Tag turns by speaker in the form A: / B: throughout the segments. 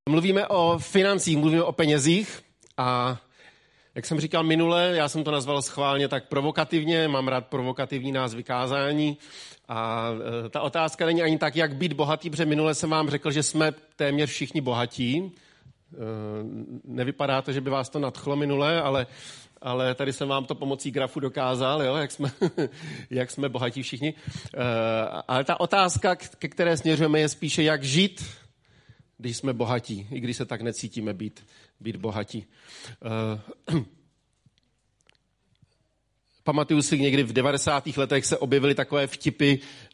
A: Mluvíme o financích, mluvíme o penězích a jak jsem říkal minule, já jsem to nazval schválně tak provokativně, mám rád provokativní názvy kázání a ta otázka není ani tak, jak být bohatý, protože minule jsem vám řekl, že jsme téměř všichni bohatí. Nevypadá to, že by vás to nadchlo minule, ale tady jsem vám to pomocí grafu dokázal, jo, jak jsme bohatí všichni. Ale ta otázka, ke které směřujeme, je spíše, jak žít, když jsme bohatí, i když se tak necítíme být bohatí. Pamatuju si, někdy v 90. letech se objevily takové vtipy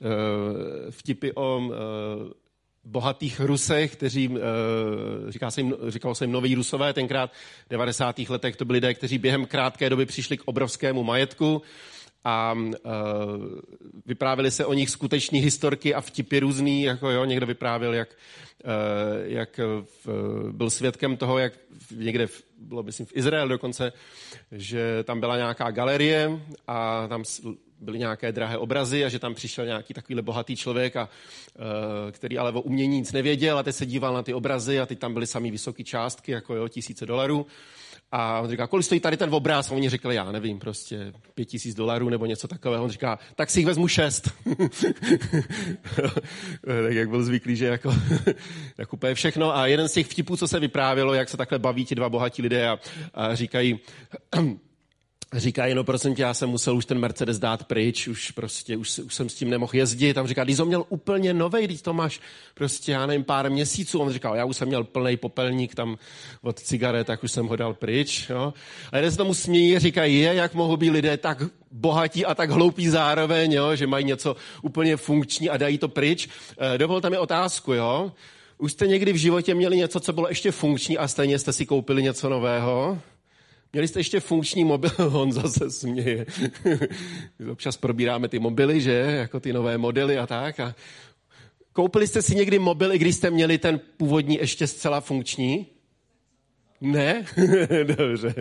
A: o bohatých Rusech, kteří, říkalo se jim noví Rusové, tenkrát v 90. letech to byli lidé, kteří během krátké doby přišli k obrovskému majetku a vyprávěli se o nich skuteční historky a vtipy různý, jako jo, někdo vyprávěl, jak byl svědkem toho, jak někde bylo, myslím, v Izraeli dokonce, že tam byla nějaká galerie a tam byly nějaké drahé obrazy a že tam přišel nějaký takovýhle bohatý člověk, který ale o umění nic nevěděl a teď se díval na ty obrazy a teď tam byly samý vysoké částky, jako jo, $1000. A on říká, kolik stojí tady ten obraz? A oni řekli, já nevím, prostě $5000 nebo něco takového. On říká, tak si jich vezmu 6. Tak jak byl zvyklý, že jako nakupuje všechno. A jeden z těch vtipů, co se vyprávělo, jak se takhle baví ti dva bohatí lidé a říkají, no prosím tě, já jsem musel už ten Mercedes dát pryč, už jsem s tím nemohl jezdit. Tam říká, když jsi měl úplně novej, když to máš prostě, já nevím, pár měsíců. On říkal, já už jsem měl plnej popelník tam od cigaret, tak už jsem ho dal pryč. Jo. A jeden se tomu smějí a říkají, jak mohou být lidé tak bohatí a tak hloupí zároveň, jo, že mají něco úplně funkční a dají to pryč. Dovolte mi otázku, jo. Už jste někdy v životě měli něco, co bylo ještě funkční a stejně jste si koupili něco nového? Měli jste ještě funkční mobil? On zase směje. Občas probíráme ty mobily, že? Jako ty nové modely a tak. A koupili jste si někdy mobil, i když jste měli ten původní ještě zcela funkční? Ne? Dobře.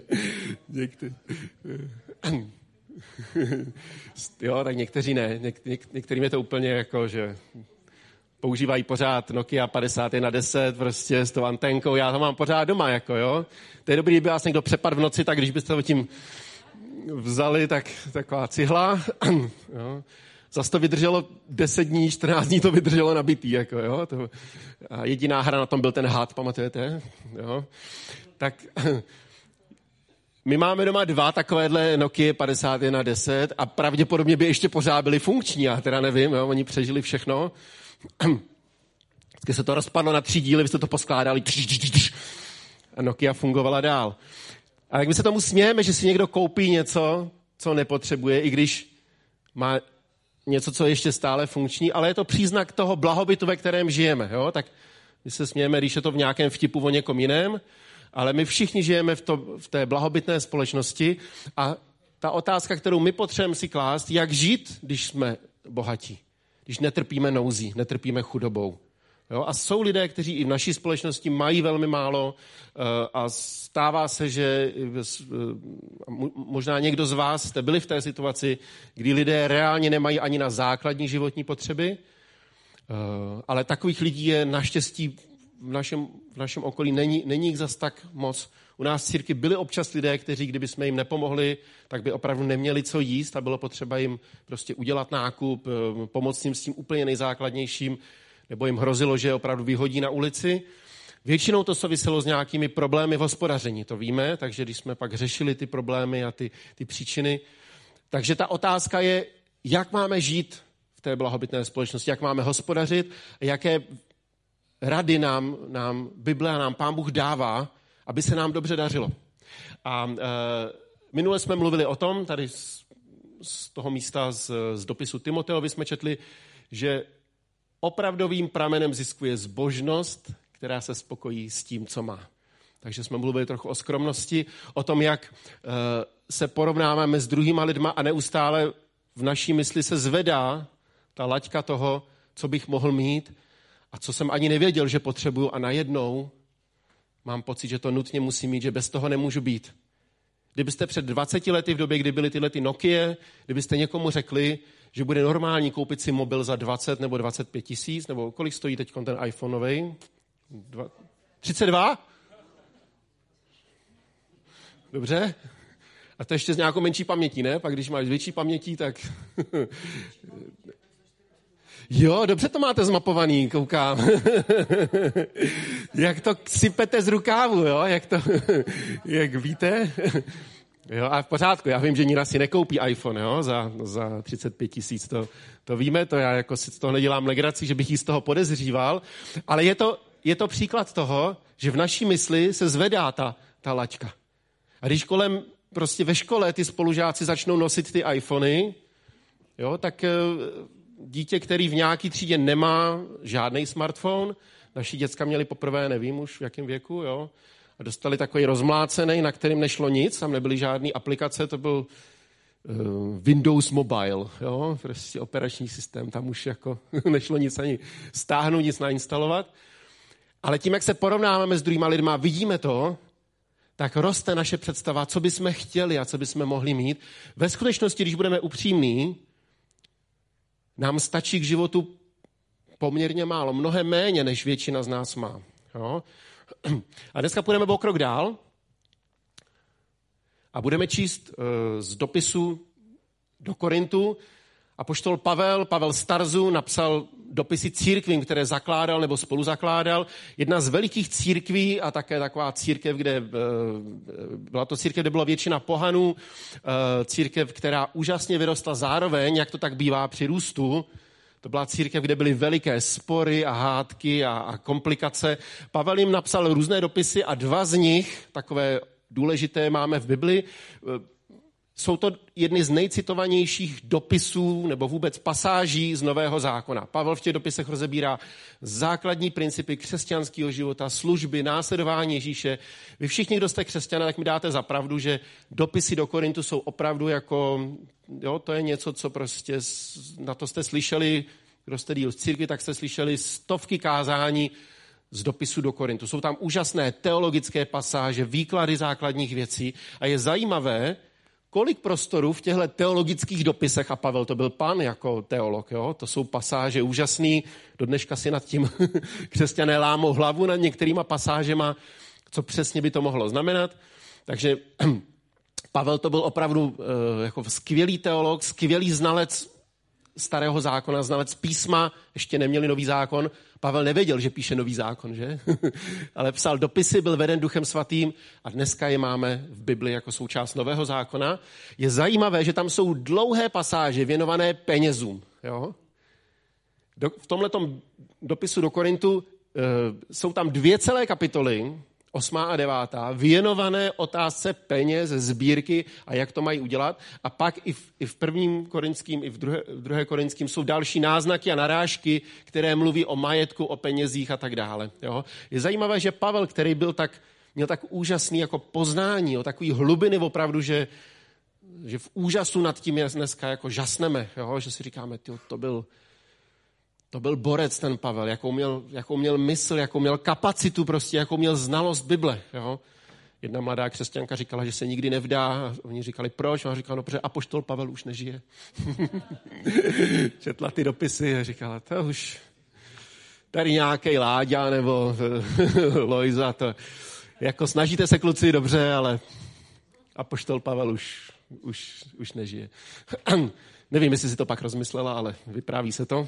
A: Jo, tak někteří ne. Některým je to úplně jako, že používají pořád Nokia 5110 prostě s tou anténkou. Já to mám pořád doma, jako jo. To je dobrý, kdyby vás někdo přepadl v noci, tak když byste ho tím vzali, tak taková cihla. Jo. Zas to vydrželo 10 dní, 14 dní to vydrželo nabitý, jako jo. A jediná hra na tom byl ten had, pamatujete? Jo. Tak my máme doma 2 takovéhle Nokia 5110 a pravděpodobně by ještě pořád byly funkční, já teda nevím, jo, oni přežili všechno. Vždycky se to rozpadlo na 3 díly, vy jste to poskládali a Nokia fungovala dál. A jak my se tomu smějeme, že si někdo koupí něco, co nepotřebuje, i když má něco, co je ještě stále funkční, ale je to příznak toho blahobytu, ve kterém žijeme. Jo? Tak my se smějeme, když je to v nějakém vtipu o někom jiném, ale my všichni žijeme v té blahobytné společnosti a ta otázka, kterou my potřebujeme si klást, jak žít, když jsme bohatí. Když netrpíme nouzí, netrpíme chudobou. Jo? A jsou lidé, kteří i v naší společnosti mají velmi málo a stává se, že možná někdo z vás jste byli v té situaci, kdy lidé reálně nemají ani na základní životní potřeby, ale takových lidí je naštěstí v našem okolí není jich zas tak moc. U nás v církvi byli občas lidé, kteří, kdyby jsme jim nepomohli, tak by opravdu neměli co jíst a bylo potřeba jim prostě udělat nákup, pomoct jim s tím úplně nejzákladnějším, nebo jim hrozilo, že je opravdu vyhodí na ulici. Většinou to souviselo s nějakými problémy v hospodaření, to víme, takže když jsme pak řešili ty problémy a ty příčiny. Takže ta otázka je, jak máme žít v té blahobytné společnosti, jak máme hospodařit a jaké rady nám Bible a nám Pán Bůh dává, aby se nám dobře dařilo. A minule jsme mluvili o tom, tady z toho místa z dopisu Timoteovi jsme četli, že opravdovým pramenem zisku je zbožnost, která se spokojí s tím, co má. Takže jsme mluvili trochu o skromnosti, o tom, jak se porovnáváme s druhýma lidma a neustále v naší mysli se zvedá ta laťka toho, co bych mohl mít a co jsem ani nevěděl, že potřebuju a najednou mám pocit, že to nutně musím mít, že bez toho nemůžu být. Kdybyste před 20 lety v době, kdy byly tyhle ty Nokie, kdybyste někomu řekli, že bude normální koupit si mobil za 20 nebo 25 tisíc, nebo kolik stojí teď ten iPhone novej? 32? Dobře. A to ještě s nějakou menší pamětí, ne? Pak když máš větší pamětí, tak... Jo, dobře to máte zmapovaný, koukám. Jak to sypete z rukávu, jo? Jak víte? Jo, a v pořádku, já vím, že Nina si nekoupí iPhone, jo? Za 35 000, to víme, to já jako si z toho nedělám legraci, že bych jí z toho podezříval, ale je to příklad toho, že v naší mysli se zvedá ta laťka. A když prostě ve škole ty spolužáci začnou nosit ty iPhony, jo, tak dítě, který v nějaký třídě nemá žádný smartphone, naši děcka měli poprvé, nevím už v jakém věku, jo, a dostali takový rozmlácený, na kterým nešlo nic, tam nebyly žádné aplikace, to byl Windows Mobile, jo, prostě operační systém, tam už jako nešlo nic ani stáhnout, nic nainstalovat. Ale tím, jak se porovnáváme s druhýma lidma, vidíme to, tak roste naše představa, co bychom chtěli a co bychom mohli mít. Ve skutečnosti, když budeme upřímní, nám stačí k životu poměrně málo, mnohem méně, než většina z nás má. Jo? A dneska půjdeme o krok dál a budeme číst z dopisu do Korintu. Apoštol Pavel z Tarzu napsal dopisy církvím, které zakládal nebo spoluzakládal. Jedna z velikých církví a také taková církev, byla to církev, kde byla většina pohanů, církev, která úžasně vyrostla zároveň, jak to tak bývá při růstu. To byla církev, kde byly veliké spory a hádky a komplikace. Pavel jim napsal různé dopisy a dva z nich, takové důležité, máme v Bibli. Jsou to jedny z nejcitovanějších dopisů nebo vůbec pasáží z Nového zákona. Pavel v těch dopisech rozebírá základní principy křesťanského života, služby, následování Ježíše. Vy všichni, kdo jste křesťané, tak mi dáte za pravdu, že dopisy do Korintu jsou opravdu jako, jo, to je něco, co prostě, na to jste slyšeli, kdo jste díl z církvi, tak jste slyšeli stovky kázání z dopisu do Korintu. Jsou tam úžasné teologické pasáže, výklady základních věcí a je zajímavé, kolik prostoru v těchto teologických dopisech, a Pavel to byl pan jako teolog, jo? To jsou pasáže úžasný, do dneška si nad tím křesťané lámou hlavu nad některýma pasážema, co přesně by to mohlo znamenat. Takže Pavel to byl opravdu jako skvělý teolog, skvělý znalec starého zákona, znalec písma, ještě neměli nový zákon. Pavel nevěděl, že píše nový zákon, že? Ale psal dopisy, byl veden Duchem Svatým a dneska je máme v Bibli jako součást Nového zákona. Je zajímavé, že tam jsou dlouhé pasáže věnované penězům. Jo? V tomhletom dopisu do Korintu jsou tam 2 celé kapitoly, 8. a 9. věnované otázce peněz, sbírky a jak to mají udělat. A pak i v 1. Korinským, i v 2. Korinským jsou další náznaky a narážky, které mluví o majetku, o penězích a tak dále. Jo? Je zajímavé, že Pavel, který měl tak úžasný jako poznání, o takový hlubiny opravdu, že v úžasu nad tím dneska jako žasneme, jo? Že si říkáme, to byl borec ten Pavel, jakou měl mysl, jakou měl kapacitu prostě, jakou měl znalost Bible. Jo? Jedna mladá křesťanka říkala, že se nikdy nevdá. A oni říkali, proč? A on říkal, no, protože apoštol Pavel už nežije. Četla ty dopisy a říkala, to už tady nějaký Láďa nebo Lojza. To, jako snažíte se, kluci, dobře, ale apoštol Pavel už nežije. Nevím, jestli si to pak rozmyslela, ale vypráví se to.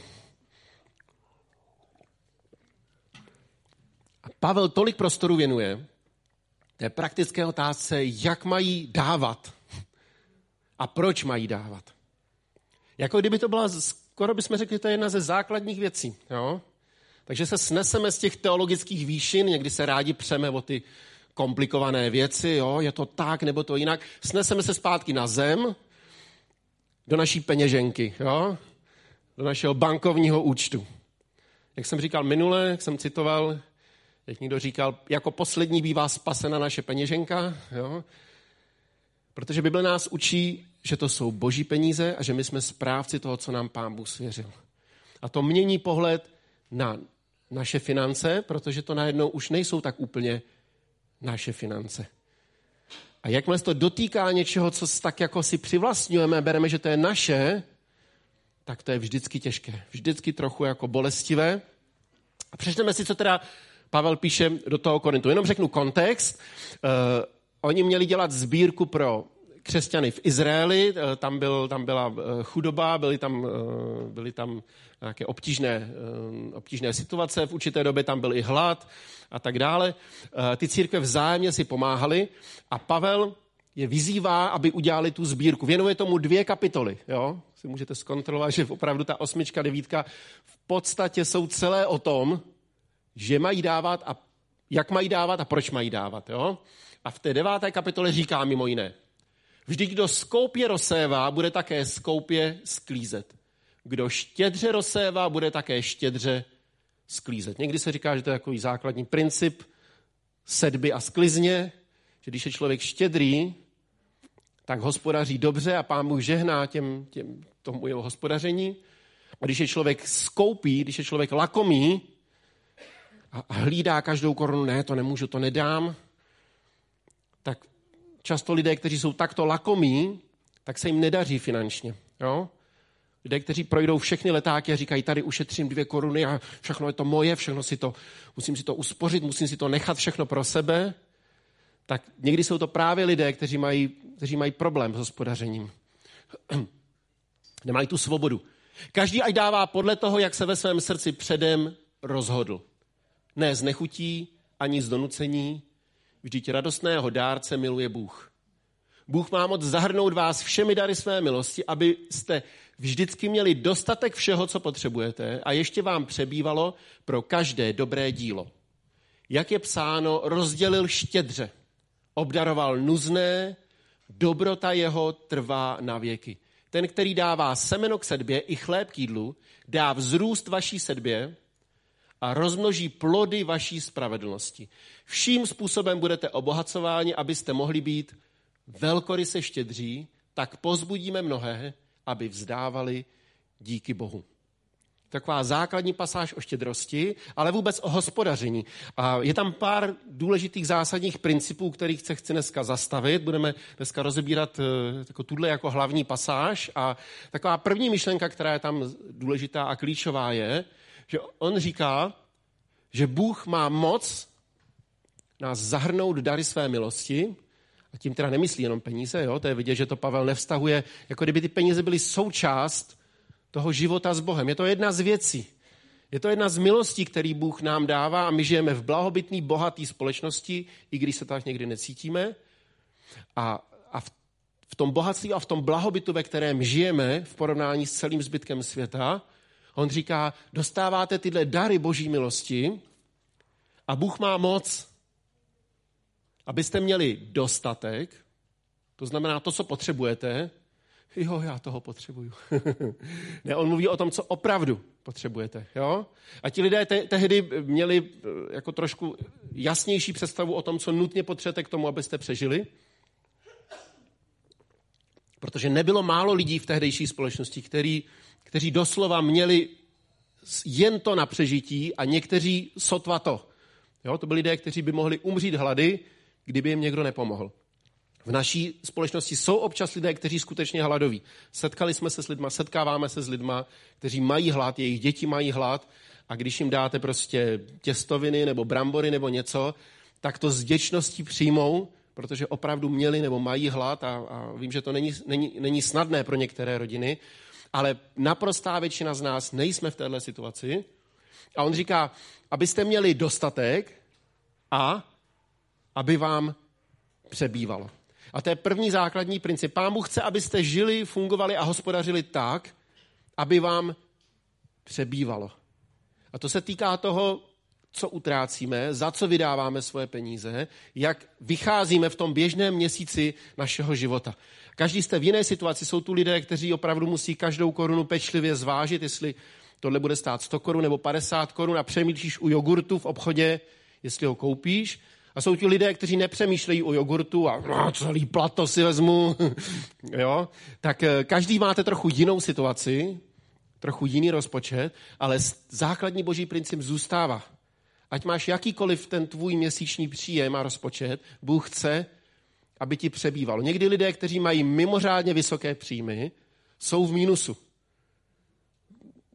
A: A Pavel tolik prostoru věnuje té praktické otázce, jak mají dávat a proč mají dávat. Jako kdyby to byla, skoro bychom řekli, to je jedna ze základních věcí. Jo? Takže se sneseme z těch teologických výšin, někdy se rádi přeme o ty komplikované věci, jo? Je to tak nebo to jinak. Sneseme se zpátky na zem, do naší peněženky, jo? Do našeho bankovního účtu. Jak jsem říkal minule, jak jsem citoval, jak někdo říkal, jako poslední bývá spasena naše peněženka, jo? Protože Bible nás učí, že to jsou boží peníze a že my jsme správci toho, co nám Pán Bůh svěřil. A to mění pohled na naše finance, protože to najednou už nejsou tak úplně naše finance. A jakmile se to dotýká něčeho, co tak jako si přivlastňujeme, bereme, že to je naše, tak to je vždycky těžké. Vždycky trochu jako bolestivé. A přečteme si, co teda Pavel píše do toho Korintu. Jenom řeknu kontext. Oni měli dělat sbírku pro křesťany v Izraeli, tam byla chudoba, byly tam nějaké obtížné situace, v určité době tam byl i hlad a tak dále. Ty církve vzájemně si pomáhaly a Pavel je vyzývá, aby udělali tu sbírku. Věnuje tomu 2 kapitoly. Jo? Si můžete zkontrolovat, že opravdu ta 8, 9 v podstatě jsou celé o tom, že mají dávat a jak mají dávat a proč mají dávat. Jo? A v té 9. kapitole říká mimo jiné: vždyť kdo skoupě rozsévá, bude také skoupě sklízet. Kdo štědře rozsévá, bude také štědře sklízet. Někdy se říká, že to je takový základní princip sedby a sklizně, že když je člověk štědrý, tak hospodaří dobře a Pán Bůh žehná tomu jeho hospodaření. A když je člověk skoupý, když je člověk lakomý a hlídá každou korunu, ne, to nemůžu, to nedám, tak často lidé, kteří jsou takto lakomí, tak se jim nedaří finančně. Jo? Lidé, kteří projdou všechny letáky a říkají, tady ušetřím 2 koruny a všechno je to moje, musím si to uspořit, musím si to nechat všechno pro sebe, tak někdy jsou to právě lidé, kteří mají problém s hospodařením. Nemají tu svobodu. Každý ať dává podle toho, jak se ve svém srdci předem rozhodl. Ne z nechutí, ani z donucení, vždyť radostného dárce miluje Bůh. Bůh má moc zahrnout vás všemi dary své milosti, abyste vždycky měli dostatek všeho, co potřebujete a ještě vám přebývalo pro každé dobré dílo. Jak je psáno, rozdělil štědře, obdaroval nuzné, dobrota jeho trvá na věky. Ten, který dává semeno k sedbě i chléb k jídlu, dá vzrůst vaší sedbě a rozmnoží plody vaší spravedlnosti. Vším způsobem budete obohacováni, abyste mohli být velkoryse štědří, tak pozbudíme mnohé, aby vzdávali díky Bohu. Taková základní pasáž o štědrosti, ale vůbec o hospodaření. A je tam pár důležitých zásadních principů, kterých se chci dneska zastavit. Budeme dneska rozebírat tuhle jako hlavní pasáž. A taková první myšlenka, která je tam důležitá a klíčová, je, že on říká, že Bůh má moc nás zahrnout dary své milosti. A tím teda nemyslí jenom peníze, jo? To je vidět, že to Pavel nevztahuje, jako kdyby ty peníze byly součást toho života s Bohem. Je to jedna z věcí. Je to jedna z milostí, který Bůh nám dává a my žijeme v blahobytný, bohatý společnosti, i když se tak někdy necítíme. A v tom bohatství a v tom blahobytu, ve kterém žijeme v porovnání s celým zbytkem světa, on říká, dostáváte tyhle dary boží milosti a Bůh má moc, abyste měli dostatek, to znamená to, co potřebujete. Jo, já toho potřebuju. Ne, on mluví o tom, co opravdu potřebujete. Jo? A ti lidé tehdy měli jako trošku jasnější představu o tom, co nutně potřebujete k tomu, abyste přežili. Protože nebylo málo lidí v tehdejší společnosti, kteří doslova měli jen to na přežití a někteří sotva to. Jo? To byli lidé, kteří by mohli umřít hlady, kdyby jim někdo nepomohl. V naší společnosti jsou občas lidé, kteří skutečně hladoví. Setkali jsme se s lidma, setkáváme se s lidma, kteří mají hlad, jejich děti mají hlad a když jim dáte prostě těstoviny nebo brambory nebo něco, tak to s vděčností přijmou, protože opravdu měli nebo mají hlad a vím, že to není snadné pro některé rodiny, ale naprostá většina z nás nejsme v téhle situaci. A on říká, abyste měli dostatek a aby vám přebývalo. A to je první základní princip. Pán Bůh chce, abyste žili, fungovali a hospodařili tak, aby vám přebývalo. A to se týká toho, co utrácíme, za co vydáváme svoje peníze, jak vycházíme v tom běžném měsíci našeho života. Každý jste v jiné situaci, jsou tu lidé, kteří opravdu musí každou korunu pečlivě zvážit, jestli tohle bude stát 100 korun nebo 50 korun a přemýšlíš u jogurtu v obchodě, jestli ho koupíš. A jsou ti lidé, kteří nepřemýšlejí o jogurtu a celý plato si vezmu. Jo? Tak každý máte trochu jinou situaci, trochu jiný rozpočet, ale základní boží princip zůstává. Ať máš jakýkoliv ten tvůj měsíční příjem a rozpočet, Bůh chce, aby ti přebývalo. Někdy lidé, kteří mají mimořádně vysoké příjmy, jsou v mínusu.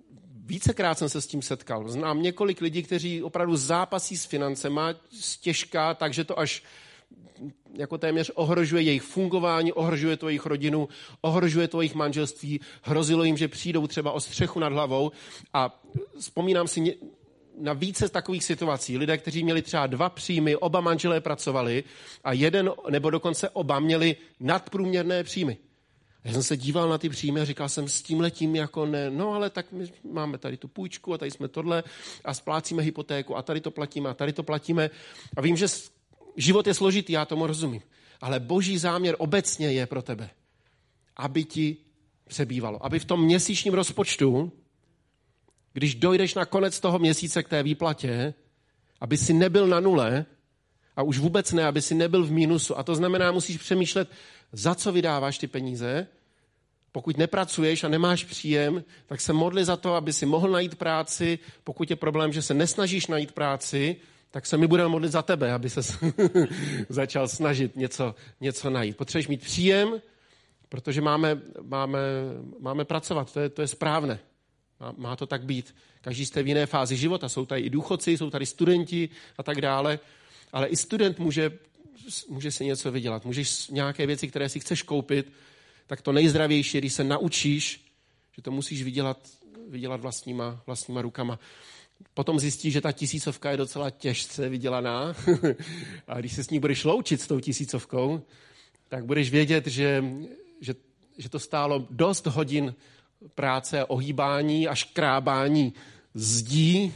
A: vícekrát jsem se s tím setkal. Znám několik lidí, kteří opravdu zápasí s financema, těžká, takže to až jako téměř ohrožuje jejich fungování, ohrožuje to jejich rodinu, ohrožuje to jejich manželství, hrozilo jim, že přijdou třeba o střechu nad hlavou a vzpomínám si na více takových situací. Lidé, kteří měli třeba 2 příjmy, oba manželé pracovali a jeden nebo dokonce oba měli nadprůměrné příjmy. Já jsem se díval na ty příjmy a říkal jsem s tímhletím jako ne, no ale tak my máme tady tu půjčku a tady jsme tohle a splácíme hypotéku a tady to platíme a tady to platíme a vím, že život je složitý, já tomu rozumím, ale Boží záměr obecně je pro tebe, aby ti přebývalo, aby v tom měsíčním rozpočtu, když dojdeš na konec toho měsíce k té výplatě, aby si nebyl na nule a už vůbec ne, aby si nebyl v mínusu. A to znamená, musíš přemýšlet, za co vydáváš ty peníze. Pokud nepracuješ a nemáš příjem, tak se modli za to, aby si mohl najít práci. Pokud je problém, že se nesnažíš najít práci, tak se my budeme modlit za tebe, aby se začal snažit něco najít. Potřebuješ mít příjem, protože máme pracovat, to je správné. Má to tak být. Každý jste v jiné fázi života, jsou tady i důchodci, jsou tady studenti a tak dále, ale i student může si něco vydělat. Můžeš nějaké věci, které si chceš koupit, tak to nejzdravější, když se naučíš, že to musíš vydělat vlastníma rukama. Potom zjistíš, že ta 1000 je docela těžce vydělaná a když se s ní budeš loučit s tou 1000, tak budeš vědět, že to stálo dost hodin práce, ohýbání a škrábání zdí.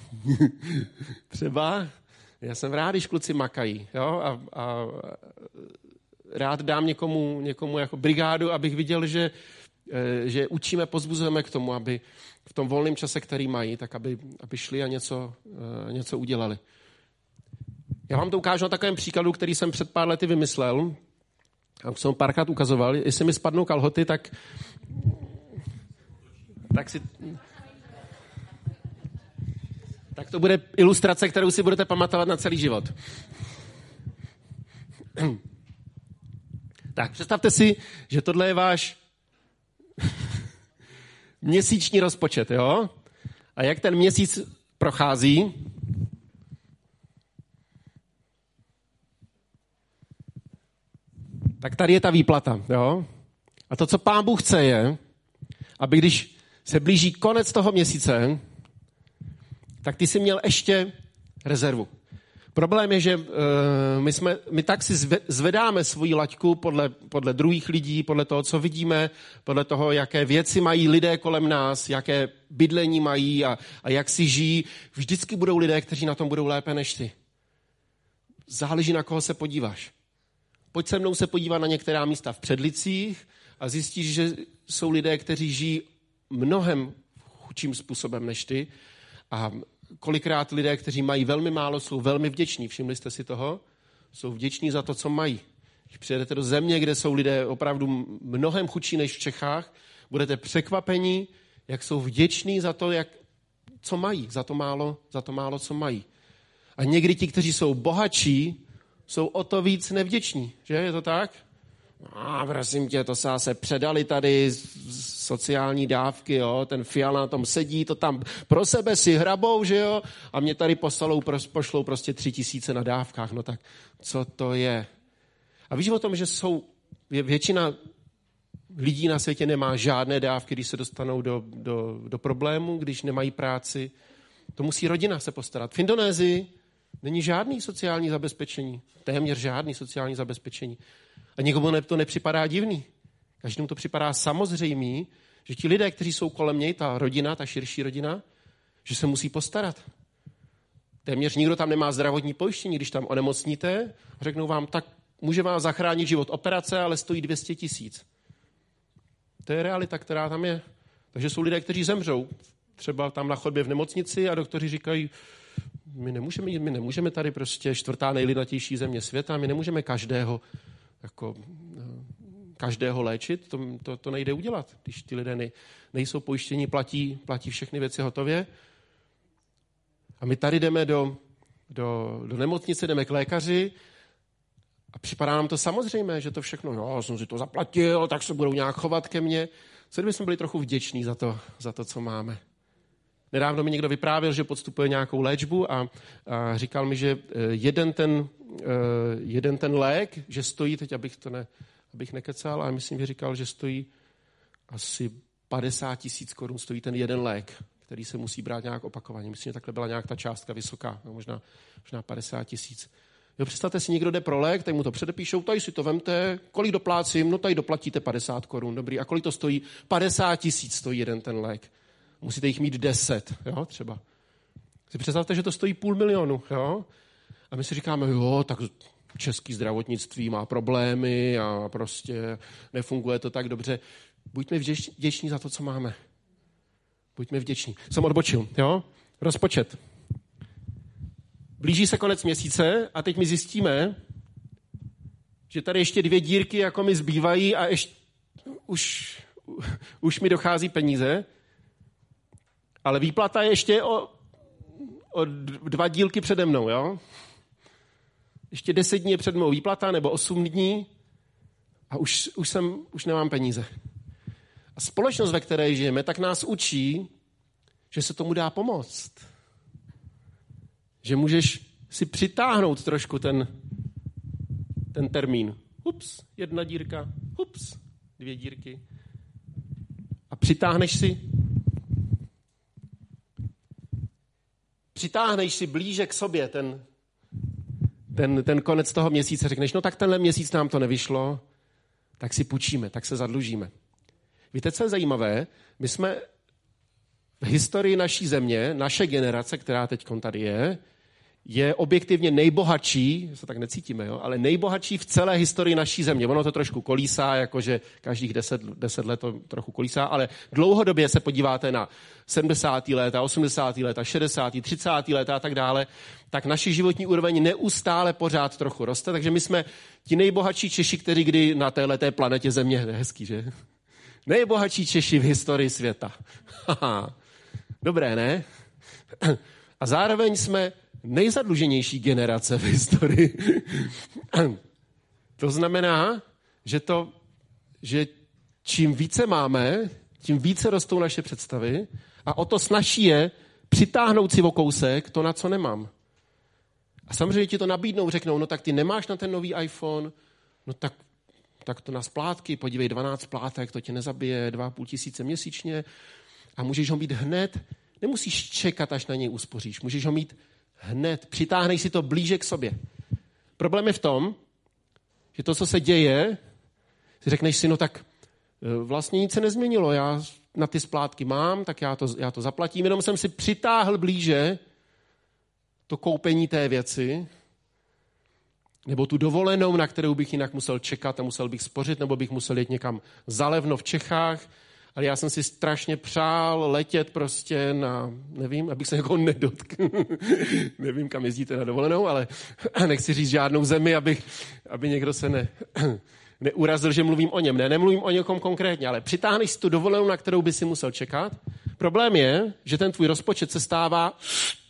A: Třeba. Já jsem rád, když kluci makají. Jo? A rád dám někomu jako brigádu, abych viděl, že učíme, pozbuzujeme k tomu, aby v tom volném čase, který mají, tak aby šli a něco udělali. Já vám to ukážu na takovém příkladu, který jsem před pár lety vymyslel. A už jsem párkrát ukazoval. Jestli mi spadnou kalhoty, tak to bude ilustrace, kterou si budete pamatovat na celý život. Tak, představte si, že tohle je váš měsíční rozpočet, jo? A jak ten měsíc prochází, tak tady je ta výplata, jo? A to, co Pán Bůh chce, je, aby když se blíží konec toho měsíce, tak ty jsi měl ještě rezervu. Problém je, že my tak si zvedáme svoji laťku podle druhých lidí, podle toho, co vidíme, podle toho, jaké věci mají lidé kolem nás, jaké bydlení mají a jak si žijí. Vždycky budou lidé, kteří na tom budou lépe než ty. Záleží, na koho se podíváš. Pojď se mnou se podívat na některá místa v Předlicích a zjistíš, že jsou lidé, kteří žijí mnohem chudším způsobem než ty. A kolikrát lidé, kteří mají velmi málo, jsou velmi vděční. Všimli jste si toho? Jsou vděční za to, co mají. Když přijedete do země, kde jsou lidé opravdu mnohem chudší než v Čechách, budete překvapeni, jak jsou vděční za to, co mají, za to málo, co mají. A někdy ti, kteří jsou bohatší, jsou o to víc nevděční. Že? Je to tak? Prosím tě, to se předali tady sociální dávky, jo? Ten Fiala na tom sedí, to tam pro sebe si hrabou, že jo? A mě tady pošlou prostě 3000 na dávkách, no tak co to je? A víš o tom, že většina lidí na světě nemá žádné dávky, když se dostanou do problému, když nemají práci. To musí rodina se postarat. V Indonésii není žádný sociální zabezpečení, téměř žádný sociální zabezpečení. A nikomu to nepřipadá divný. Každému to připadá samozřejmý, že ti lidé, kteří jsou kolem něj, ta rodina, ta širší rodina, že se musí postarat. Téměř nikdo tam nemá zdravotní pojištění, když tam onemocníte, řeknou vám, tak může vám zachránit život operace, ale stojí 200 000. To je realita, která tam je. Takže jsou lidé, kteří zemřou. Třeba tam na chodbě v nemocnici a doktoři říkají, my nemůžeme tady prostě 4. nejlidnatější země světa, my nemůžeme každého léčit, to nejde udělat. Když ty lidé nejsou pojištění, platí všechny věci hotově. A my tady jdeme do nemocnice, jdeme k lékaři a připadá nám to samozřejmé, že to všechno, jo, jsem si to zaplatil, tak se budou nějak chovat ke mně. Co kdybychom byli trochu vděční za to, co máme? Nedávno mi někdo vyprávěl, že podstupuje nějakou léčbu a říkal mi, že jeden ten lék, že stojí, teď abych nekecal, ale myslím, že říkal, že stojí asi 50 000 korun, stojí ten jeden lék, který se musí brát nějak opakovaně. Myslím, že takhle byla nějak ta částka vysoká, no možná 50 000. Jo, představte si, někdo jde pro lék, tak mu to předepíšou, tady si to vemte, kolik doplácím, no tady doplatíte 50 korun, dobrý. A kolik to stojí? 50 000 stojí jeden ten lék. Musíte jich mít 10, jo, třeba. Si představte, že to stojí 500 000, jo. A my si říkáme, jo, tak české zdravotnictví má problémy a prostě nefunguje to tak dobře. Buďme vděční za to, co máme. Buďme vděční. Jsem odbočil, jo? Rozpočet. Blíží se konec měsíce a teď my zjistíme, že tady ještě 2 dírky jako mi zbývají a už mi dochází peníze, ale výplata je ještě o 2 dílky přede mnou, jo? Ještě 10 dní je před mnou výplata, nebo 8 dní a už nemám peníze. A společnost, ve které žijeme, tak nás učí, že se tomu dá pomoct. Že můžeš si přitáhnout trošku ten termín. Ups, 1 dírka, ups, 2 dírky. A přitáhneš si blíže k sobě ten konec toho měsíce. Řekneš, no tak tenhle měsíc nám to nevyšlo, tak si půjčíme, tak se zadlužíme. Víte, co je zajímavé? My jsme v historii naší země, naše generace, která teď tady je objektivně nejbohatší, se tak necítíme, jo? Ale nejbohatší v celé historii naší země. Ono to trošku kolísá, jakože každých 10 let to trochu kolísá, ale dlouhodobě se podíváte na 70. léta, 80. léta, 60., 30. léta a tak dále, tak naši životní úroveň neustále pořád trochu roste, takže my jsme ti nejbohatší Češi, kteří kdy na téhleté planetě země, hezký, že? Nejbohatší Češi v historii světa. Dobré, ne? A zároveň jsme nejzadluženější generace v historii. To znamená, že čím více máme, tím více rostou naše představy a o to snazší je přitáhnout si o kousek to, na co nemám. A samozřejmě ti to nabídnou, řeknou, no tak ty nemáš na ten nový iPhone, no tak to na splátky, podívej, 12 splátek, to tě nezabije, 2 500 měsíčně a můžeš ho mít hned, nemusíš čekat, až na něj uspoříš, můžeš ho mít hned, přitáhnej si to blíže k sobě. Problém je v tom, že to, co se děje, si řekneš si, no tak vlastně nic se nezměnilo, já na ty splátky mám, tak já to zaplatím, jenom jsem si přitáhl blíže to koupení té věci, nebo tu dovolenou, na kterou bych jinak musel čekat a musel bych spořit, nebo bych musel jít někam zalevno v Čechách, ale já jsem si strašně přál letět prostě na, nevím, abych se někoho nedotkl. Nevím, kam jezdíte na dovolenou, ale nechci říct žádnou zemi, aby někdo se neurazil, že mluvím o něm. Nemluvím o někom konkrétně, ale přitáhneš si tu dovolenou, na kterou by si musel čekat. Problém je, že ten tvůj rozpočet se stává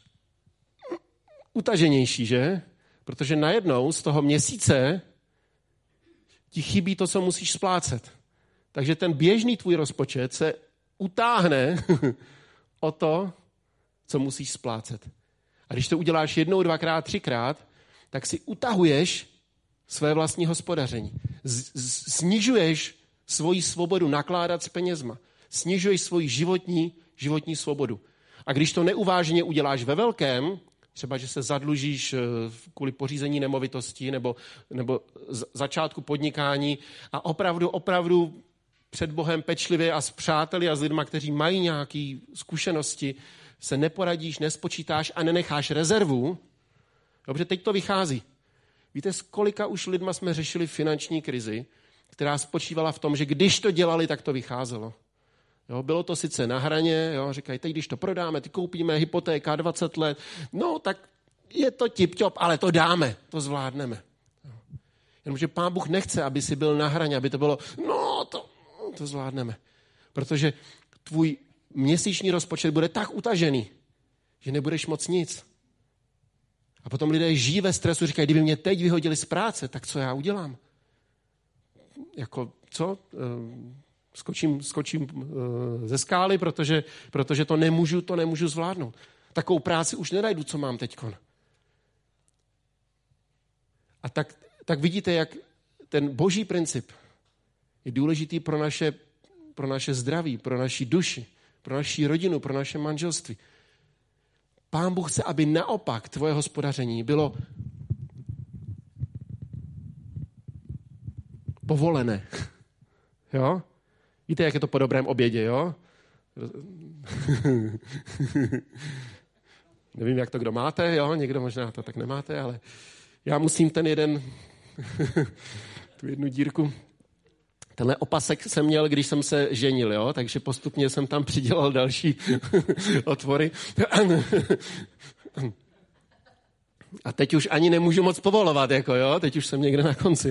A: utaženější, že? Protože najednou z toho měsíce ti chybí to, co musíš splácet. Takže ten běžný tvůj rozpočet se utáhne o to, co musíš splácet. A když to uděláš 1, 2krát, 3krát, tak si utahuješ své vlastní hospodaření. Snižuješ svoji svobodu nakládat s penězma. Snižuješ svoji životní svobodu. A když to neuváženě uděláš ve velkém, třeba, že se zadlužíš kvůli pořízení nemovitosti nebo začátku podnikání a opravdu před Bohem pečlivě a s přáteli a s lidma, kteří mají nějaké zkušenosti, se neporadíš, nespočítáš a nenecháš rezervu. Dobře, teď to vychází. Víte, s kolika už lidma jsme řešili finanční krizi, která spočívala v tom, že když to dělali, tak to vycházelo. Jo, bylo to sice na hraně, jo, říkají, teď když to prodáme, ty koupíme, hypotéka 20 let, no tak je to tip-top, ale to dáme, to zvládneme. Jenomže Pán Bůh nechce, aby si byl na hraně, aby to bylo, no to zvládneme. Protože tvůj měsíční rozpočet bude tak utažený, že nebudeš moc nic. A potom lidé žijí ve stresu, říkají, kdyby mě teď vyhodili z práce, tak co já udělám? Jako, co? skočím ze skály, protože to nemůžu zvládnout. Takovou práci už nenajdu, co mám teďkon. A tak vidíte, jak ten boží princip je důležitý pro naše zdraví, pro naši duši, pro naši rodinu, pro naše manželství. Pán Bůh chce, aby naopak tvoje hospodaření bylo povolené. Jo? Víte, jak je to po dobrém obědě, jo? Nevím, jak to kdo máte, jo? Někdo možná to tak nemáte, ale já musím tu jednu dírku. Tenhle opasek jsem měl, když jsem se ženil, jo? Takže postupně jsem tam přidělal další otvory. A teď už ani nemůžu moc povolovat, jako jo? Teď už jsem někde na konci,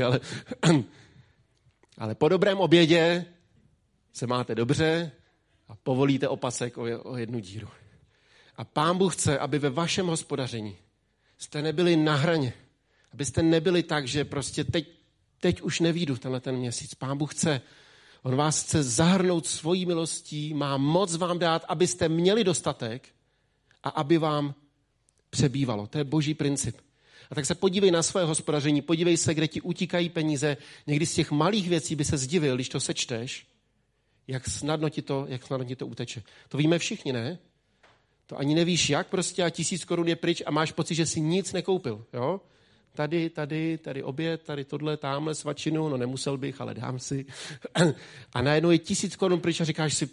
A: ale po dobrém obědě se máte dobře a povolíte opasek o jednu díru. A Pán Bůh chce, aby ve vašem hospodaření jste nebyli na hraně, abyste nebyli tak, že prostě teď už nevyjdu tenhle ten měsíc. Pán Bůh chce, on vás chce zahrnout svojí milostí, má moc vám dát, abyste měli dostatek a aby vám přebývalo. To je boží princip. A tak se podívej na své hospodaření, podívej se, kde ti utíkají peníze. Někdy z těch malých věcí by se zdivil, když to sečteš, jak snadno ti to uteče. To víme všichni, ne? To ani nevíš jak prostě a 1000 korun je pryč a máš pocit, že jsi nic nekoupil. Jo? Tady oběd, tady tohle, támhle svačinu, no nemusel bych, ale dám si. A najednou je 1000 korun pryč a říkáš si,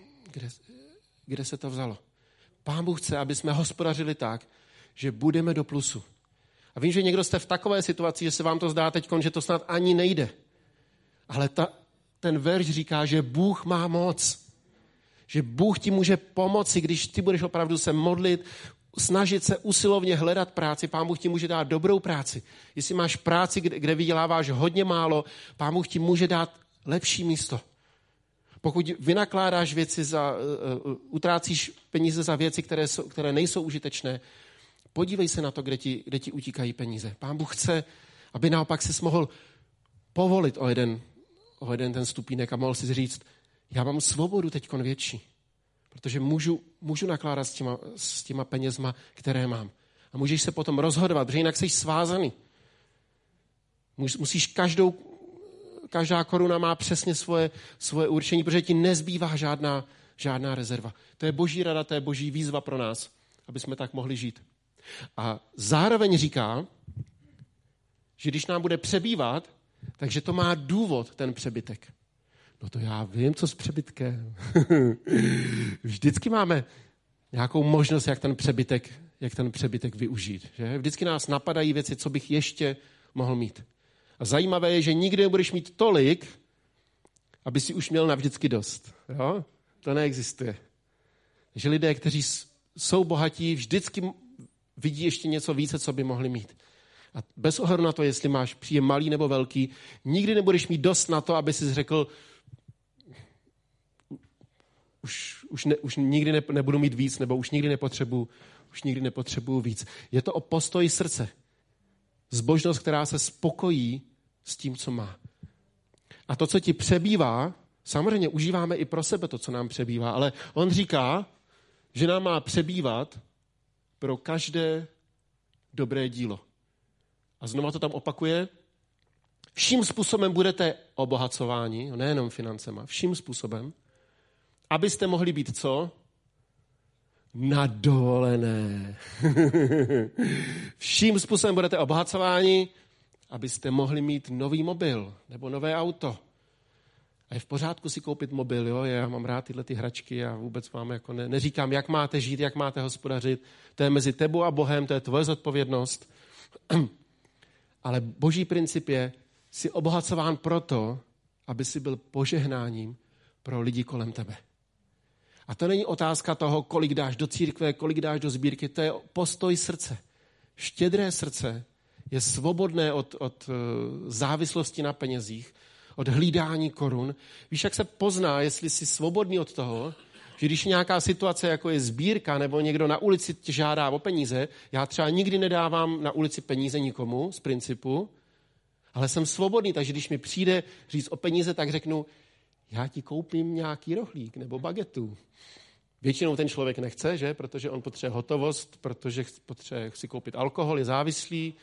A: kde se to vzalo? Pán Bůh chce, aby jsme hospodařili tak, že budeme do plusu. A vím, že někdo jste v takové situaci, že se vám to zdá teď, že to snad ani nejde. Ale ten verš říká, že Bůh má moc. Že Bůh ti může pomoci, když ty budeš opravdu se modlit, snažit se usilovně hledat práci. Pán Bůh ti může dát dobrou práci. Jestli máš práci, kde vyděláváš hodně málo, Pán Bůh ti může dát lepší místo. Pokud vynakládáš věci utrácíš peníze za věci, které nejsou užitečné, podívej se na to, kde ti utíkají peníze. Pán Bůh chce, aby naopak ses mohl povolit o jeden ten stupínek a mohl si říct, já mám svobodu teďkon větší, protože můžu nakládat s těma penězma, které mám. A můžeš se potom rozhodovat, protože jinak jsi svázaný. Musíš každá koruna má přesně svoje určení, protože ti nezbývá žádná rezerva. To je boží rada, to je boží výzva pro nás, aby jsme tak mohli žít. A zároveň říká, že když nám bude přebývat, takže to má důvod, ten přebytek. No to já vím, co s přebytkem. Vždycky máme nějakou možnost, jak ten přebytek využít. Že? Vždycky nás napadají věci, co bych ještě mohl mít. A zajímavé je, že nikdy nebudeš mít tolik, aby si už měl navždycky dost. Jo? To neexistuje. Takže lidé, kteří jsou bohatí, vždycky vidí ještě něco více, co by mohli mít. A bez ohledu na to, jestli máš příjem malý nebo velký, nikdy nebudeš mít dost na to, aby si řekl, už nikdy nebudu mít víc, nebo už nikdy nepotřebuju víc. Je to o postoji srdce. Zbožnost, která se spokojí s tím, co má. A to, co ti přebývá, samozřejmě užíváme i pro sebe to, co nám přebývá, ale on říká, že nám má přebývat pro každé dobré dílo. A znova to tam opakuje. Vším způsobem budete obohacováni, nejenom financema, vším způsobem, abyste mohli být co? Na dovolené. Vším způsobem budete obohacováni, abyste mohli mít nový mobil nebo nové auto. A je v pořádku si koupit mobil, jo? Já mám rád tyhle ty hračky a vůbec vám jako neříkám, jak máte žít, jak máte hospodařit. To je mezi tebou a Bohem, to je tvoje zodpovědnost. Ale boží princip je, jsi obohacován proto, aby si byl požehnáním pro lidi kolem tebe. A to není otázka toho, kolik dáš do církve, kolik dáš do sbírky, to je postoj srdce. Štědré srdce je svobodné od závislosti na penězích, od hlídání korun. Víš, jak se pozná, jestli jsi svobodný od toho, že když je nějaká situace, jako je sbírka, nebo někdo na ulici tě žádá o peníze, já třeba nikdy nedávám na ulici peníze nikomu z principu, ale jsem svobodný, takže když mi přijde říct o peníze, tak řeknu, já ti koupím nějaký rohlík nebo bagetu. Většinou ten člověk nechce, že? Protože on potřebuje hotovost, protože potřebuje si koupit alkohol, je závislý.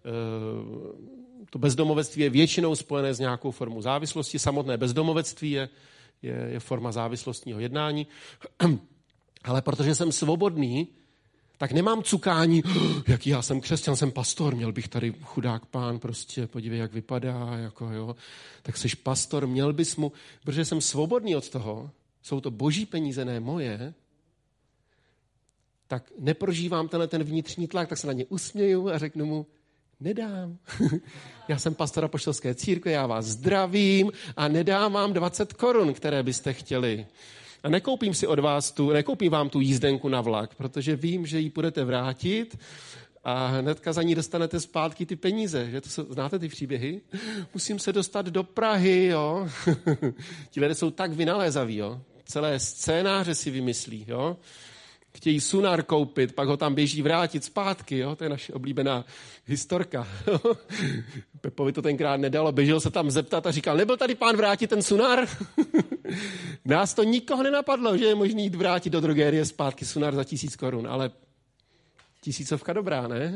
A: To bezdomovectví je většinou spojené s nějakou formou závislosti. Samotné bezdomovectví je forma závislostního jednání. Ale protože jsem svobodný, tak nemám cukání, jaký já jsem křesťan, jsem pastor, měl bych tady chudák pán, prostě podívej, jak vypadá, jako jo. Tak seš pastor, měl bys mu, protože jsem svobodný od toho, jsou to boží peníze, ne moje, tak neprožívám ten vnitřní tlak, tak se na ně usměju a řeknu mu, nedám. Já jsem pastor apoštolské církve, já vás zdravím a nedám vám 20 korun, které byste chtěli. A nekoupím vám tu jízdenku na vlak, protože vím, že ji budete vrátit a hnedka za ní dostanete zpátky ty peníze. Že znáte ty příběhy? Musím se dostat do Prahy, jo. Ti lidé jsou tak vynalézaví, jo. Celé scénáře si vymyslí, jo. Chtějí Sunar koupit, pak ho tam běží vrátit zpátky, jo. To je naše oblíbená historka. Pepovi to tenkrát nedalo, běžel se tam zeptat a říkal, nebyl tady pán vrátit ten Sunar? Nás to nikoho nenapadlo, že je možný jít vrátit do drogérie zpátky Sunar za 1000 korun, ale 1000 dobrá, ne?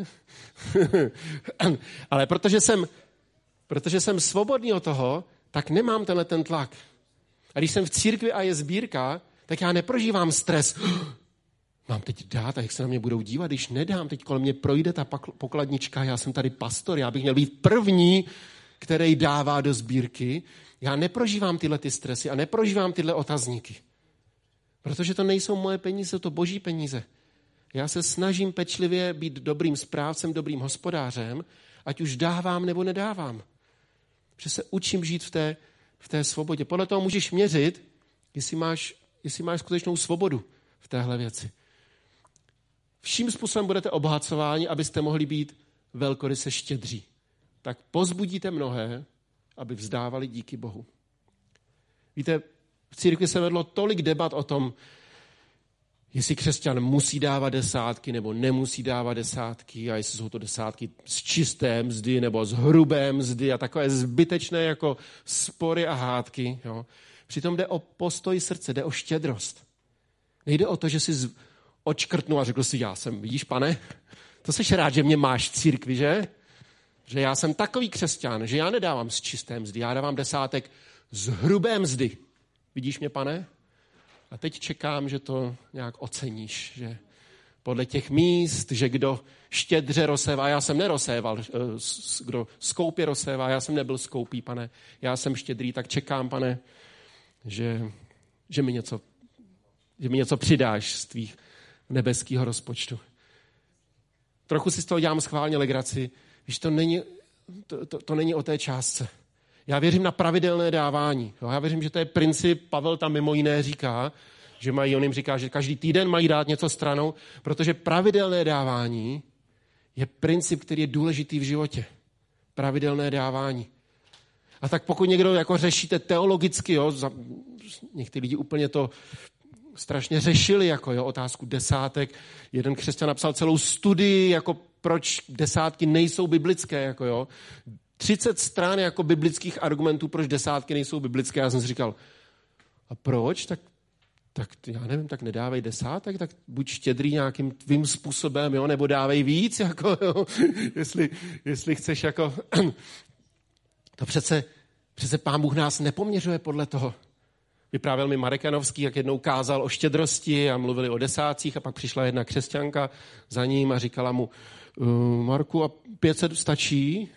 A: Ale protože jsem svobodný od toho, tak nemám ten tlak. A když jsem v církvi a je sbírka, tak já neprožívám stres. Mám teď dát a jak se na mě budou dívat, když nedám, teď kolem mě projde ta pokladnička, já jsem tady pastor, já bych měl být první, který dává do sbírky. Já neprožívám tyhle ty stresy a neprožívám tyhle otazníky. Protože to nejsou moje peníze, jsou to boží peníze. Já se snažím pečlivě být dobrým správcem, dobrým hospodářem, ať už dávám nebo nedávám. Protože se učím žít v té svobodě. Podle toho můžeš měřit, jestli máš skutečnou svobodu v téhle věci. Vším způsobem budete obohacováni, abyste mohli být velkoryse štědří. Tak pozbudíte mnohé, aby vzdávali díky Bohu. Víte, v církvi se vedlo tolik debat o tom, jestli křesťan musí dávat desátky nebo nemusí dávat desátky a jestli jsou to desátky z čisté mzdy nebo z hrubé mzdy a takové zbytečné jako spory a hádky. Jo. Přitom jde o postoj srdce, jde o štědrost. Nejde o to, že jsi odškrtnul a řekl si, vidíš, pane, to seš rád, že mě máš v církvi, že? Že já jsem takový křesťan, že já nedávám z čisté mzdy, já dávám desátek z hrubé mzdy. Vidíš mě, pane? A teď čekám, že to nějak oceníš, že podle těch míst, že kdo štědře rozsévá, já jsem nerozséval, kdo skoupě rozsévá, já jsem nebyl skoupý, pane, já jsem štědrý, tak čekám, pane, že mi něco přidáš z tvých nebeského rozpočtu. Trochu si z toho dělám schválně legraci, když to není o té částce. Já věřím na pravidelné dávání. Jo? Já věřím, že to je princip, Pavel tam mimo jiné říká, on jim říká, že každý týden mají dát něco stranou, protože pravidelné dávání je princip, který je důležitý v životě. Pravidelné dávání. A tak pokud někdo jako řešíte teologicky, jo, někteří lidi úplně to strašně řešili, jako jo, otázku desátek. Jeden křesťan napsal celou studii, jako proč desátky nejsou biblické, jako jo. 30 stran jako biblických argumentů, proč desátky nejsou biblické. Já jsem si říkal, a proč? Tak já nevím, tak nedávej desátek, tak buď štědrý nějakým tvým způsobem, jo, nebo dávej víc, jako jo, jestli chceš, jako to přece Pán Bůh nás nepoměřuje podle toho. Vyprávěl mi Marek Janovský, jak jednou kázal o štědrosti a mluvili o desátcích a pak přišla jedna křesťanka za ním a říkala mu, Marku, a 500 stačí?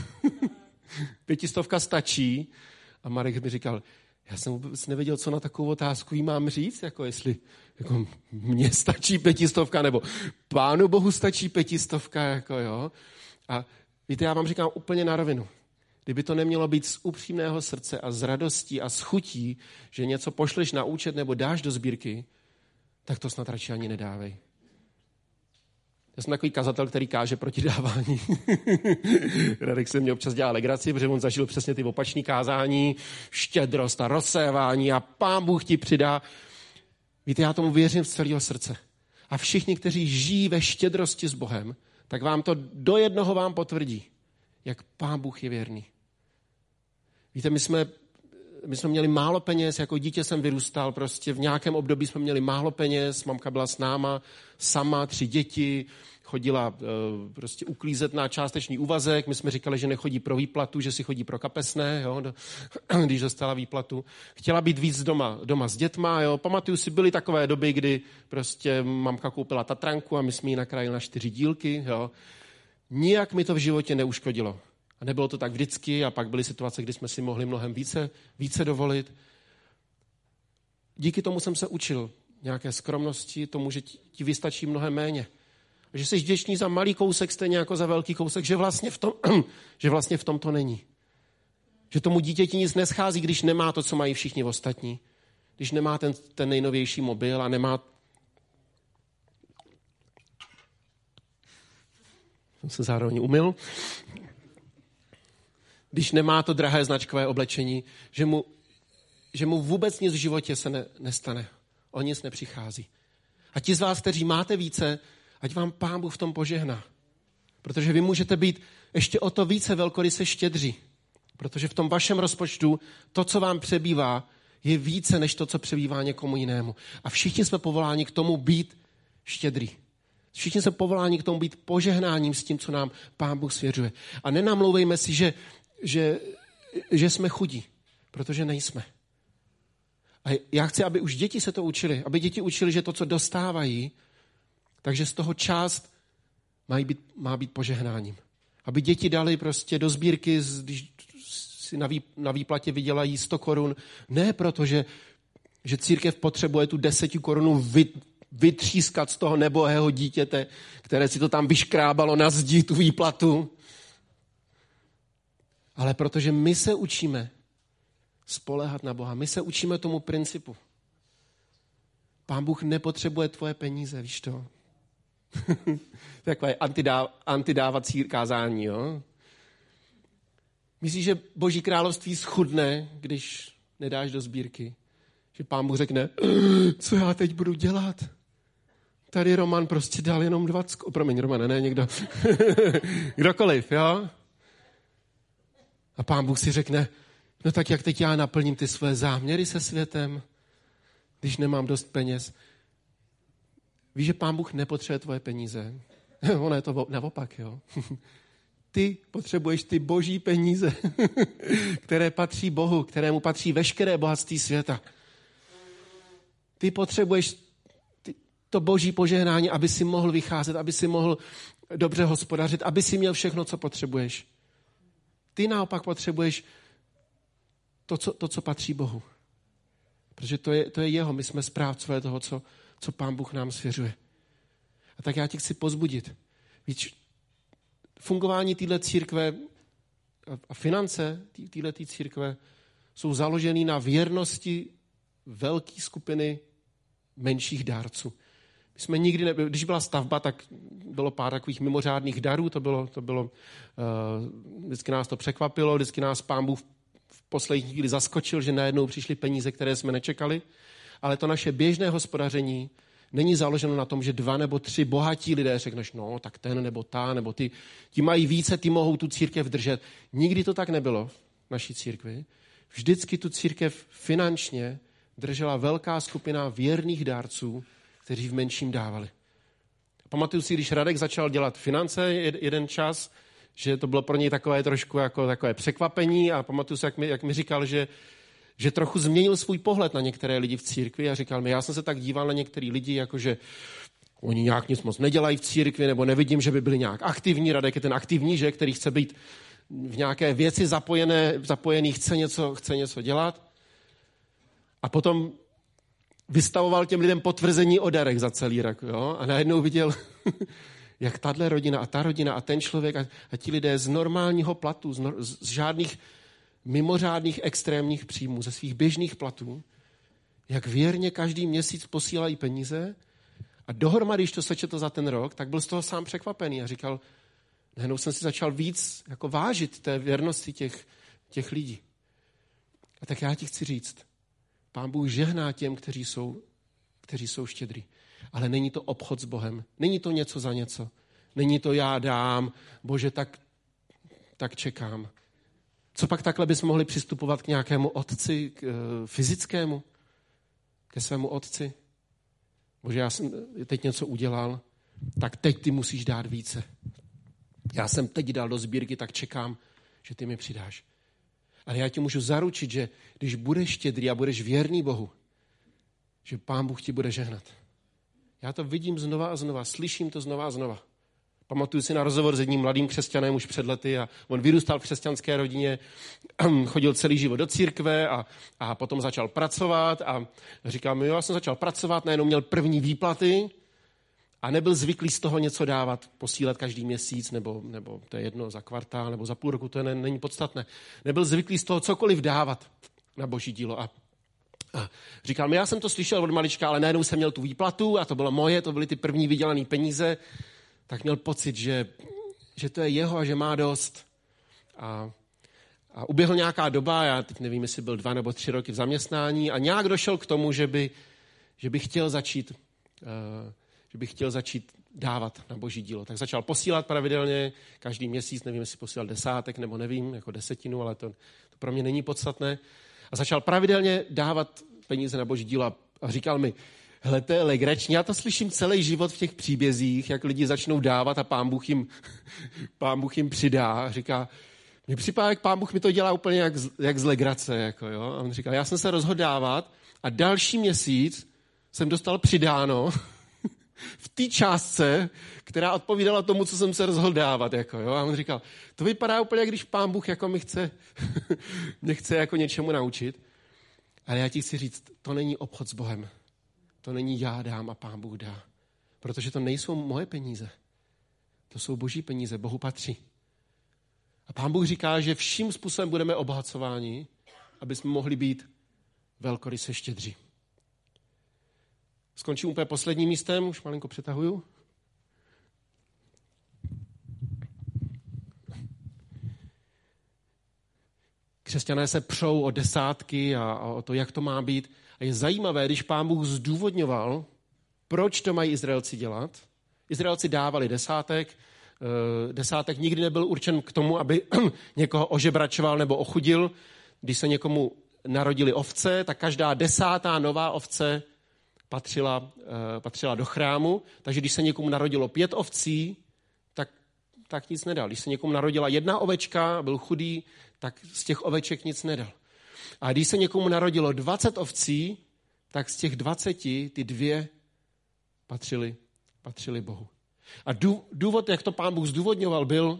A: 500 stačí? A Marek mi říkal, já jsem vůbec nevěděl, co na takovou otázku jí mám říct, jako jestli jako mně stačí 500 nebo Pánu Bohu stačí 500, jako jo. A víte, já vám říkám úplně na rovinu. Kdyby to nemělo být z upřímného srdce a z radostí a z chutí, že něco pošleš na účet nebo dáš do sbírky, tak to snad radši ani nedávej. Já jsem takový kazatel, který káže proti dávání. Radek se mě občas dělá legraci, protože on zažil přesně ty opačný kázání, štědrost a rozsévání a Pán Bůh ti přidá. Víte, já tomu věřím z celého srdce. A všichni, kteří žijí ve štědrosti s Bohem, tak vám to do jednoho vám potvrdí, jak Pán Bůh je věrný. Víte, my jsme my jsme měli málo peněz, jako dítě jsem vyrůstal, prostě v nějakém období jsme měli málo peněz, mamka byla s náma, sama, 3 děti, chodila prostě uklízet na částečný úvazek, my jsme říkali, že nechodí pro výplatu, že si chodí pro kapesné, jo, když dostala výplatu. Chtěla být víc doma s dětma, jo. Pamatuju si, byly takové doby, kdy prostě mamka koupila Tatranku a my jsme ji nakrájeli na 4 dílky, jo. Nijak mi to v životě neuškodilo. A nebylo to tak vždycky a pak byly situace, kdy jsme si mohli mnohem více dovolit. Díky tomu jsem se učil nějaké skromnosti, tomu, že ti vystačí mnohem méně. A že jsi vděčný za malý kousek stejně jako za velký kousek, že vlastně v tom to není. Že tomu dítěti nic neschází, když nemá to, co mají všichni ostatní. Když nemá ten nejnovější mobil a nemá... Jsem se zároveň umyl. Když nemá to drahé značkové oblečení, že mu vůbec nic v životě se nestane. O nic nepřichází. A ti z vás, kteří máte více, ať vám Pán Bůh v tom požehná. Protože vy můžete být ještě o to více velkoryse štědří. Protože v tom vašem rozpočtu to, co vám přebývá, je více než to, co přebývá někomu jinému. A všichni jsme povoláni k tomu být štědrý. Všichni jsme povoláni k tomu být požehnáním s tím, co nám Pán Bůh svěřuje. A nenamlouvejme si, že jsme chudí, protože nejsme. A já chci, aby už děti se to učili, aby děti učili, že to, co dostávají, takže z toho část má být požehnáním. Aby děti dali prostě do sbírky, když si na výplatě vydělají 100 korun, ne proto, že církev potřebuje tu 10 korunu vytřískat z toho nebohého dítěte, které si to tam vyškrábalo na zdi, tu výplatu, ale protože my se učíme spoléhat na Boha. My se učíme tomu principu. Pán Bůh nepotřebuje tvoje peníze, víš to? Takové antidávací kázání, jo? Myslíš, že Boží království schudne, když nedáš do sbírky? Že Pán Bůh řekne, co já teď budu dělat? Tady Roman prostě dal jenom 20. Promiň, Roman, ne, někdo. Kdokoliv, jo? A Pán Bůh si řekne, no tak jak teď já naplním ty své záměry se světem, když nemám dost peněz. Víš, že Pán Bůh nepotřebuje tvoje peníze. Ono je to naopak, jo. Ty potřebuješ ty boží peníze, které patří Bohu, kterému patří veškeré bohatství světa. Ty potřebuješ to boží požehnání, aby si mohl vycházet, aby si mohl dobře hospodařit, aby si měl všechno, co potřebuješ. Ty naopak potřebuješ to, co patří Bohu. Protože to je jeho, my jsme správcové toho, co Pán Bůh nám svěřuje. A tak já tě chci pozbudit. Víš, fungování téhle církve a finance této církve jsou založeny na věrnosti velké skupiny menších dárců. My jsme nikdy když byla stavba, tak bylo pár takových mimořádných darů, to bylo vždycky nás to překvapilo, vždycky nás Pán Bůh v poslední chvíli zaskočil, že najednou přišly peníze, které jsme nečekali, ale to naše běžné hospodaření není založeno na tom, že 2 nebo 3 bohatí lidé řekneš, no, tak ten nebo ta, nebo ty, ti mají více, ty mohou tu církev držet. Nikdy to tak nebylo v naší církvi. Vždycky tu církev finančně držela velká skupina věrných dárců, kteří v menším dávali. Pamatuju si, když Radek začal dělat finance jeden čas, že to bylo pro něj takové trošku jako takové překvapení a pamatuju si, jak mi říkal, že trochu změnil svůj pohled na některé lidi v církvi a říkal mi, já jsem se tak díval na některý lidi, jakože oni nějak nic moc nedělají v církvi, nebo nevidím, že by byli nějak aktivní. Radek je ten aktivní, že, který chce být v nějaké věci zapojený, chce něco dělat. A potom vystavoval těm lidem potvrzení o darech za celý rok. Jo? A najednou viděl, jak tahle rodina a ta rodina a ten člověk a ti lidé z normálního platu, z žádných mimořádných extrémních příjmů, ze svých běžných platů, jak věrně každý měsíc posílají peníze a dohromady, když to sečetl za ten rok, tak byl z toho sám překvapený a říkal, najednou jsem si začal víc jako vážit té věrnosti těch lidí. A tak já ti chci říct, Pán Bůh žehná těm, kteří jsou štědrý. Ale není to obchod s Bohem. Není to něco za něco. Není to já dám, Bože, tak čekám. Co pak takhle bychom mohli přistupovat k nějakému otci fyzickému? Ke svému otci? Bože, já jsem teď něco udělal, tak teď ty musíš dát více. Já jsem teď dal do sbírky, tak čekám, že ty mi přidáš. Ale já ti můžu zaručit, že když budeš štědrý a budeš věrný Bohu, že Pán Bůh ti bude žehnat. Já to vidím znova a znova, slyším to znova a znova. Pamatuju si na rozhovor s jedním mladým křesťanem už před lety a on vyrůstal v křesťanské rodině, chodil celý život do církve a potom začal pracovat a říkal mi, já jsem začal pracovat, najednou měl první výplaty a nebyl zvyklý z toho něco dávat, posílat každý měsíc, nebo to je jedno za kvartál, nebo za půl roku, to není podstatné. Nebyl zvyklý z toho cokoliv dávat na Boží dílo. A říkal mi, já jsem to slyšel od malička, ale najednou jsem měl tu výplatu a to bylo moje, to byly ty první vydělané peníze, tak měl pocit, že to je jeho a že má dost. A uběhla nějaká doba, já teď nevím, jestli byl 2 nebo 3 roky v zaměstnání a nějak došel k tomu, že by chtěl začít dávat na Boží dílo. Tak začal posílat pravidelně každý měsíc, nevím, jestli posílal 10 nebo nevím, jako 10, ale to pro mě není podstatné. A začal pravidelně dávat peníze na Boží dílo a říkal mi, hele, to je legrační, já to slyším celý život v těch příbězích, jak lidi začnou dávat a Pán Bůh jim přidá. A říká, mně připadá, jak Pán Bůh mi to dělá úplně jak z legrace. Jako, jo? A on říkal, já jsem se rozhodl dávat a další měsíc jsem dostal přidáno v té částce, která odpovídala tomu, co jsem se rozhodl dávat. Jako, jo? A on říkal, to vypadá úplně, když Pán Bůh jako mě chce jako něčemu naučit. Ale já ti chci říct, to není obchod s Bohem. To není já dám a Pán Bůh dá. Protože to nejsou moje peníze. To jsou Boží peníze, Bohu patří. A Pán Bůh říká, že vším způsobem budeme obohacováni, aby jsme mohli být velkoryse štědří. Skončím úplně posledním místem, už malinko přetahuju. Křesťané se přou o desátky a o to, jak to má být. A je zajímavé, když Pán Bůh zdůvodňoval, proč to mají Izraelci dělat. Izraelci dávali desátek. Desátek nikdy nebyl určen k tomu, aby někoho ožebračoval nebo ochudil. Když se někomu narodili ovce, tak každá 10. nová ovce patřila do chrámu. Takže když se někomu narodilo 5 ovcí, tak nic nedal. Když se někomu narodila 1 ovečka, byl chudý, tak z těch oveček nic nedal. A když se někomu narodilo 20 ovcí, tak z těch 20 ty 2 patřily Bohu. A důvod, jak to Pán Bůh zdůvodňoval, byl,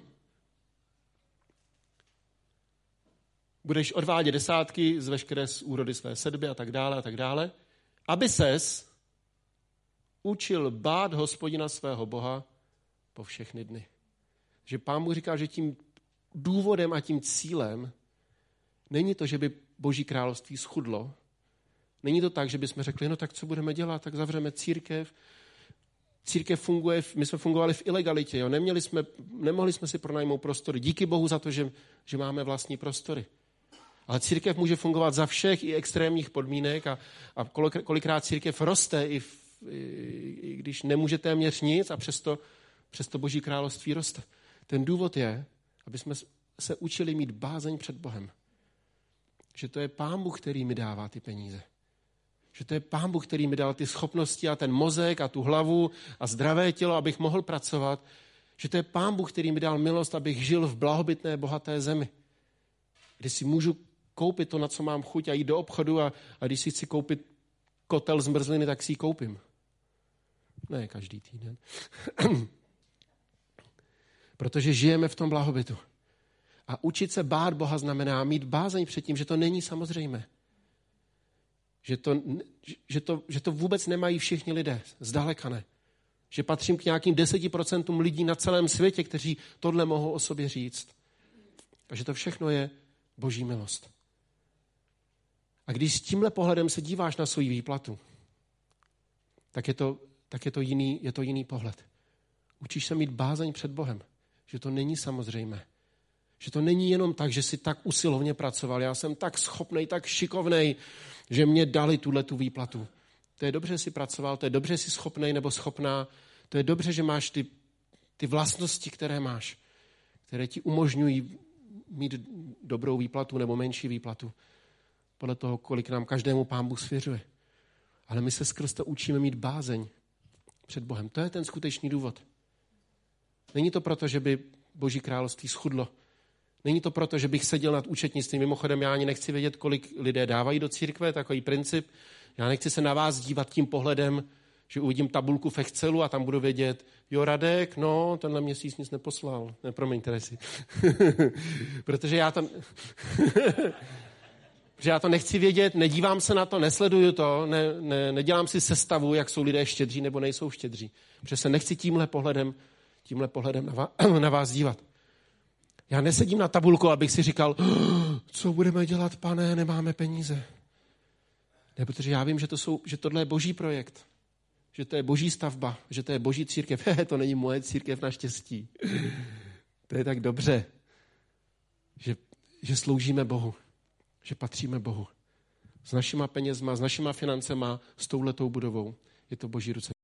A: budeš odvádět desátky z veškeré úrody své sedby a tak dále, aby ses učil bát Hospodina svého Boha po všechny dny. Že Pán Bůh říká, že tím důvodem a tím cílem není to, že by Boží království schudlo. Není to tak, že bychom řekli, no tak co budeme dělat, tak zavřeme církev. Církev funguje, my jsme fungovali v ilegalitě, jo? Nemohli jsme si pronajmout prostory. Díky Bohu za to, že máme vlastní prostory. Ale církev může fungovat za všech i extrémních podmínek a kolikrát církev roste, i když nemůže téměř nic a přesto Boží království roste. Ten důvod je, aby jsme se učili mít bázeň před Bohem. Že to je Pán Bůh, který mi dává ty peníze. Že to je Pán Bůh, který mi dal ty schopnosti a ten mozek a tu hlavu a zdravé tělo, abych mohl pracovat. Že to je Pán Bůh, který mi dal milost, abych žil v blahobytné, bohaté zemi. Kdy si můžu koupit to, na co mám chuť a jít do obchodu a když si chci koupit kotel zmrzliny, tak si ji koupím. Ne každý týden. Protože žijeme v tom blahobytu. A učit se bát Boha znamená mít bázeň před tím, že to není samozřejmé. Že to vůbec nemají všichni lidé, zdaleka ne. Že patřím k nějakým 10% lidí na celém světě, kteří tohle mohou o sobě říct. A že to všechno je Boží milost. A když s tímhle pohledem se díváš na svou výplatu, tak je to jiný pohled. Učíš se mít bázeň před Bohem, že to není samozřejmé. Že to není jenom tak, že jsi tak usilovně pracoval, já jsem tak schopnej, tak šikovnej, že mě dali tu výplatu. To je dobře, že jsi pracoval, to je dobře, že jsi schopnej nebo schopná, to je dobře, že máš ty vlastnosti, které máš, které ti umožňují mít dobrou výplatu nebo menší výplatu. Podle toho, kolik nám každému Pán Bůh svěřuje. Ale my se skrz to učíme mít bázeň před Bohem. To je ten skutečný důvod. Není to proto, že by Boží království schudlo. Není to proto, že bych seděl nad účetnictvím. Mimochodem, já ani nechci vědět, kolik lidé dávají do církve, takový princip. Já nechci se na vás dívat tím pohledem, že uvidím tabulku v Excelu a tam budu vědět, jo, Radek, no, tenhle měsíc nic neposlal. Ne, promiň, Teresi. Protože já to nechci vědět, nedívám se na to, nesleduju to, nedělám si sestavu, jak jsou lidé štědří nebo nejsou štědří. Protože se nechci tímhle pohledem na vás dívat. Já nesedím na tabulku, abych si říkal, co budeme dělat, Pane, nemáme peníze. Ne, protože já vím, že tohle je Boží projekt, že to je Boží stavba, že to je Boží církev. To není moje církev naštěstí. To je tak dobře, že sloužíme Bohu, že patříme Bohu. S našima penězma, s našima financema, s touhletou budovou. Je to Boží ruce.